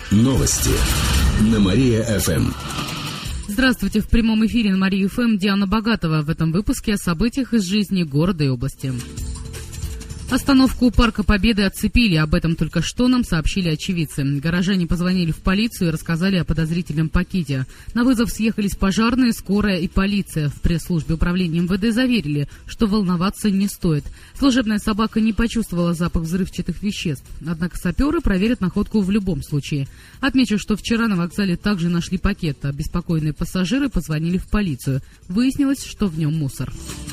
Новости на Мария-ФМ. Здравствуйте, в прямом эфире на Мария-ФМ Диана Богатова. В этом выпуске о событиях из жизни города и области. Остановку у Парка Победы отцепили, об этом только что нам сообщили очевидцы. Горожане позвонили в полицию и рассказали о подозрительном пакете. На вызов съехались пожарные, скорая и полиция. В пресс-службе управления МВД заверили, что волноваться не стоит. Служебная собака не почувствовала запах взрывчатых веществ. Однако саперы проверят находку в любом случае. Отмечу, что вчера на вокзале также нашли пакет. Обеспокоенные пассажиры позвонили в полицию. Выяснилось, что в нем мусор.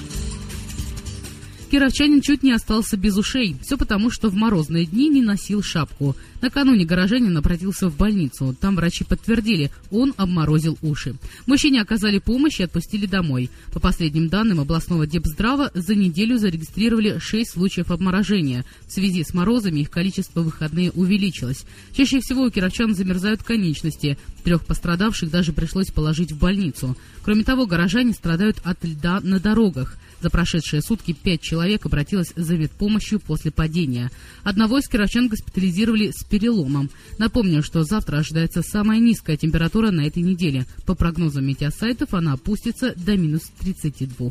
Кировчанин чуть не остался без ушей. Все потому, что в морозные дни не носил шапку. Накануне горожанин обратился в больницу. Там врачи подтвердили, он обморозил уши. Мужчине оказали помощь и отпустили домой. По последним данным областного Депздрава, за неделю зарегистрировали 6 случаев обморожения. В связи с морозами их количество в выходные увеличилось. Чаще всего у кировчан замерзают конечности. 3 пострадавших даже пришлось положить в больницу. Кроме того, горожане страдают от льда на дорогах. За прошедшие сутки 5 человек обратилось за медпомощью после падения. Одного из кировчан госпитализировали с переломом. Напомню, что завтра ожидается самая низкая температура на этой неделе. По прогнозам метеосайтов она опустится до минус 32.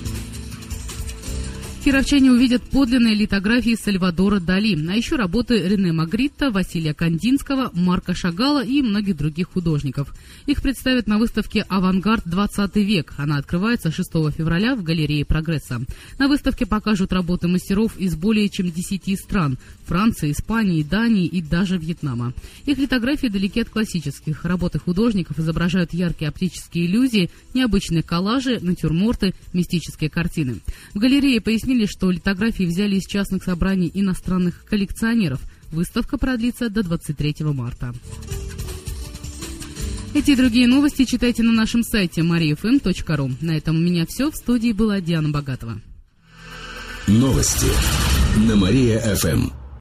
Кировчане увидят подлинные литографии Сальвадора Дали, а еще работы Рене Магритта, Василия Кандинского, Марка Шагала и многих других художников. Их представят на выставке «Авангард. 20 век». Она открывается 6 февраля в галерее «Прогресса». На выставке покажут работы мастеров из более чем 10 стран – Франции, Испании, Дании и даже Вьетнама. Их литографии далеки от классических. Работы художников изображают яркие оптические иллюзии, необычные коллажи, натюрморты, мистические картины. В галерее пояснили, что литографии взяли из частных собраний иностранных коллекционеров. Выставка продлится до 23 марта. Эти и другие новости читайте на нашем сайте mariafm.ru. На этом у меня все. В студии была Диана Богатова. Новости на Мария-ФМ.